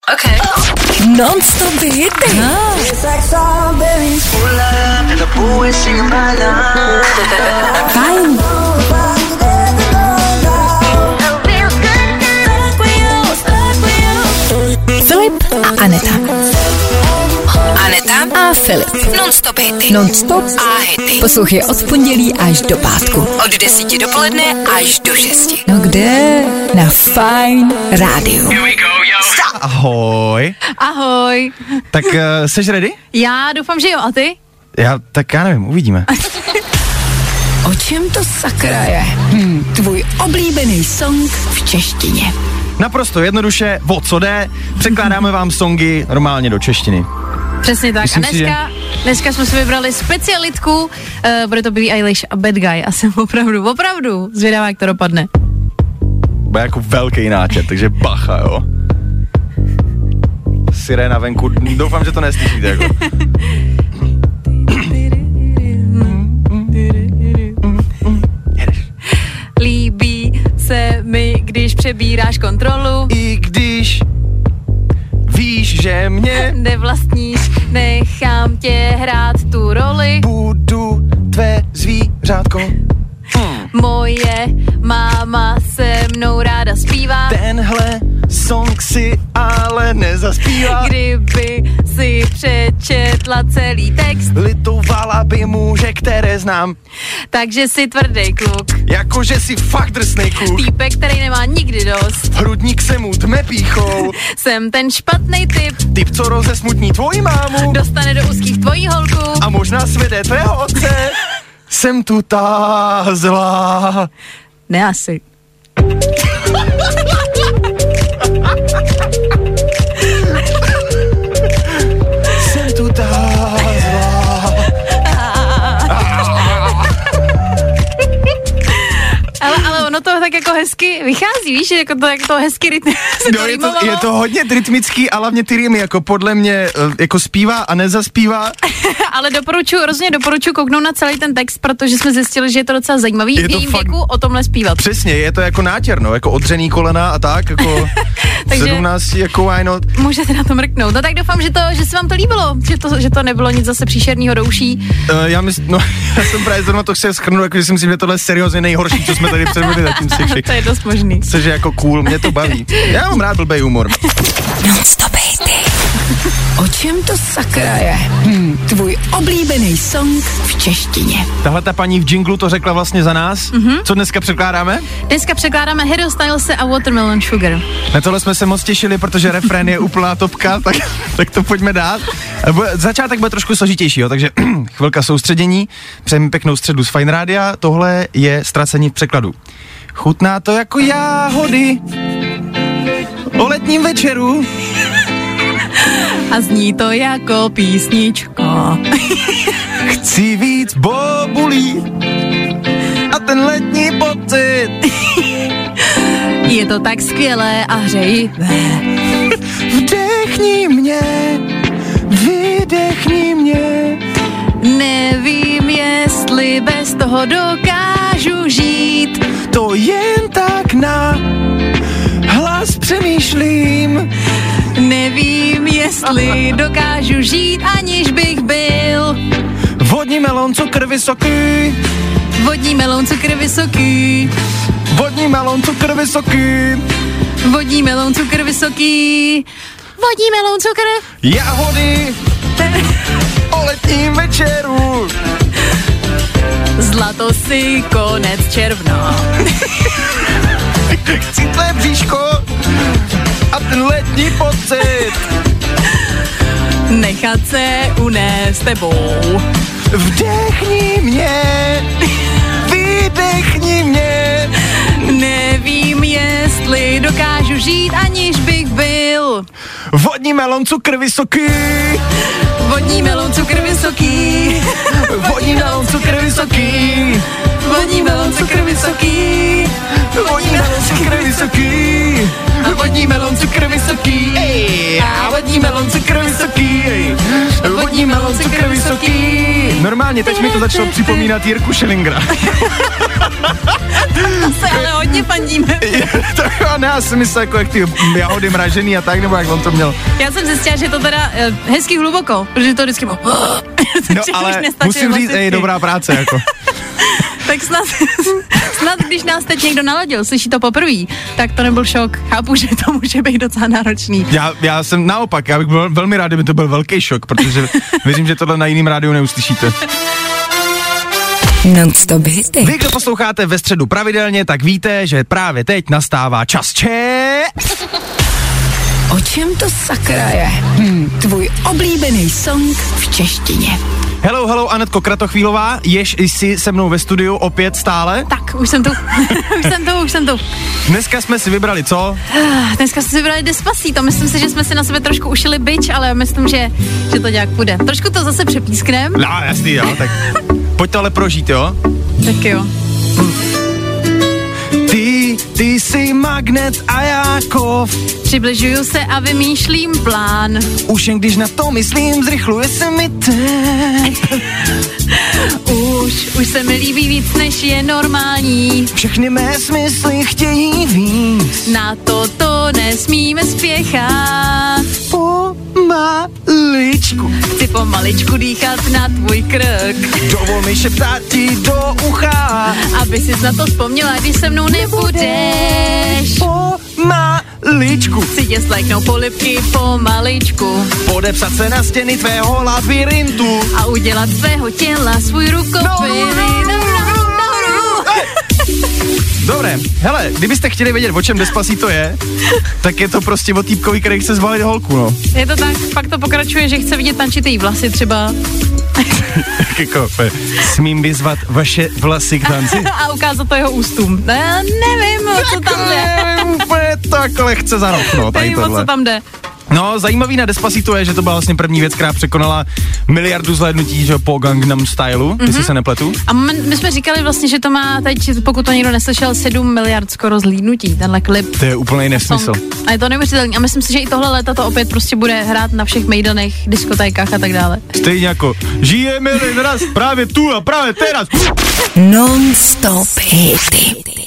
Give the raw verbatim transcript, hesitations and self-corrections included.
Okay. Non-stop hity. No. Fajn. Filip a Aneta. Aneta a Filip. Non-stop hity. Non-stop a hity. Poslouchej od pondělí až do pátku. Od desíti dopoledne až do šesti. No kde? Na Fajn rádiu. Ahoj. Ahoj. Tak uh, seš ready? Já doufám, že jo, a ty? Já, tak já nevím, uvidíme. O čem to sakra je? Hm, tvůj oblíbený song v češtině. Naprosto jednoduše, o co jde, překládáme vám songy normálně do češtiny. Přesně tak. Myslím a dneska, si, že... dneska jsme si vybrali specialitku, uh, bude to Billie Eilish a Bad Guy. A jsem opravdu, opravdu zvědavá, jak to dopadne. Bude jako velký náčet, takže bacha, jo. Sirena venku, doufám, že to neslyšíte, jako. Líbí se mi, když přebíráš kontrolu. I když víš, že mě nevlastníš, nechám tě hrát tu roli. Budu tvé zvířátko. Hmm. Moje máma se mnou ráda zpívá. Tenhle song si ale nezaspívá. Kdyby si přečetla celý text, litovala by muže, které znám. Takže si tvrdý kluk. Jakože si fakt drsnej kluk. Týpek, který nemá nikdy dost. Hrudník se mu tme píchou. Jsem ten špatný typ. Typ, co rozesmutní tvoji mámu. Dostane do úzkých tvojí holku. A možná svede tvého otce. Jsem tu ta zlá. Ne asi. Jsem tu ta zlá. Ale, ale ono to tak jako hezky vychází, víš, jako to, jako to hezky rytm. No, je, to, je to hodně rytmický, ale hlavně ty rýmy jako podle mě jako zpívá a nezaspívá. Ale doporučuji, rozhodně doporučuji kouknout na celý ten text, protože jsme zjistili, že je to docela zajímavý v jejím fakt... věku o tomhle zpívat. Přesně, je to jako nátěrno, jako odřený kolena a tak, jako sedmnáct, jako why not. Můžete na to mrknout. No tak doufám, že, to, že se vám to líbilo, že to, že to nebylo nic zase příšernýho do uší. Uh, já myslím, no, já jsem právě zrovna to chtěl shrnout, jako, že si myslím, že tohle je seriózně nejhorší, co jsme tady předvedli zatím si všech. To je dost možný. Což je jako cool, mě to baví. Já mám rád blbej humor. Non-stop hity. O čem to sakra je? Hm, tvůj oblíbený song v češtině. Tahle ta paní v jinglu to řekla vlastně za nás. Mm-hmm. Co dneska překládáme? Dneska překládáme Harry Stylese a Watermelon Sugar. Na tohle jsme se moc těšili, protože refrén je úplná topka, tak, tak to pojďme dát. Začátek bude trošku složitější, jo, takže chvilka soustředění. Přejeme pěknou středu z Fajn rádia. Tohle je Ztracení v překladu. Chutná to jako jáhody o letním večeru. A zní to jako písnička. Chci víc bobulí a ten letní pocit. Je to tak skvělé a hřejivé. Vdechni mě, vydechni mě. Nevím, jestli bez toho dokážu žít. To jen tak na hlas přemýšlím. Nevím, jestli dokážu žít, aniž bych byl. Vodní melon, cukr vysoký. Vodní melon, cukr vysoký. Vodní melon, cukr vysoký. Vodní melon, cukr vysoký. Vodní melon, cukr. Jahody o letním večeru. Zlato si konec června. Chci tvé bříško a ten letní pocit. Nechat se unést tebou. Vdechni mě, vydechni mě. Nevím, jestli dokážu žít, aniž bych byl. Vodní melon, cukr vysoký. Vodní melon, cukr vysoký. Vodní melon, cukr vysoký. Vodní melon, cukr vysoký. Vodní melon, cukr vysoký. Vodní melon, cukr vysoký. A vodní melon, cukr vysoký. Vodní melon, cukr vysoký. Normálně, teď mi to začalo připomínat Jirku Schillingera. To se ale hodně fandíme. To jo, ne, já jsem myslel, jako jak ty jahody mražený a tak, nebo jak on to měl. Já jsem zjistila, že to teda uh, hezky hluboko, protože to vždycky bylo... No ale musím říct, ej, dobrá práce, jako. Tak snad, snad, když nás teď někdo naladil, slyší to poprvé, tak to nebyl šok. Chápu, že to může být docela náročný. Já, já jsem naopak, já bych byl velmi rád, kdyby to byl velký šok, protože věřím, že tohle na jiným rádiu neuslyšíte. Non-stop hity. Vy, kdo posloucháte ve středu pravidelně, tak víte, že právě teď nastává čas če... O čem to sakra je? Hm, tvůj oblíbený song v češtině. Hello, hello, Anetko Kratochvílová, jež jsi se mnou ve studiu opět stále? Tak, už jsem tu, už jsem tu, už jsem tu. Dneska jsme si vybrali co? Dneska jsme si vybrali Despacito, myslím si, že jsme si na sebe trošku ušili bič, ale myslím, že, že to nějak půjde. Trošku to zase přepísknem. No, jasný, jo, tak pojď to ale prožít, jo? Tak jo. Ty, ty jsi magnet a já kov. Přibližuju se a vymýšlím plán. Už jen když na to myslím, zrychluje se mi temp. Už, už se mi líbí víc, než je normální. Všechny mé smysly chtějí víc. Na to to nesmíme spěchat. Pomaličku. Chci pomaličku dýchat na tvůj krk. Dovol mi šeptat ti do ucha. Aby sis na to vzpomněla, když se mnou nebudeš. Pomaličku. Chci tě slajknout polibky pomaličku. Podepsat se na stěny tvého labirintu. A udělat svého těla svůj rukopis. No, Dobré, hele, kdybyste chtěli vědět, o čem Despacito je, tak je to prostě o týpkovi, který chce zbalit holku, no. Je to tak, pak to pokračuje, že chce vidět tančit její vlasy třeba. Jako, smím vyzvat vaše vlasy k tanci? A ukázat to jeho ústům. Ne, nevím, o co tam jde. Nevím, úplně takhle chce za rok, no, tady nevím, o co tam jde. No, zajímavý na Despacito je, že to byla vlastně první věc, která překonala miliardu zhlédnutí, že po Gangnam Stylu, mm-hmm. jestli se nepletu. A my, my jsme říkali vlastně, že to má teď, pokud to někdo neslyšel, sedm miliard skoro zhlídnutí, tenhle klip. To je úplný nesmysl. A je to neuvěřitelný. A myslím si, že i tohle léta to opět prostě bude hrát na všech mejdanech, diskotékách a tak dále. Stejně jako, žijeme jen raz, právě tu a právě teraz. Non-stop hity.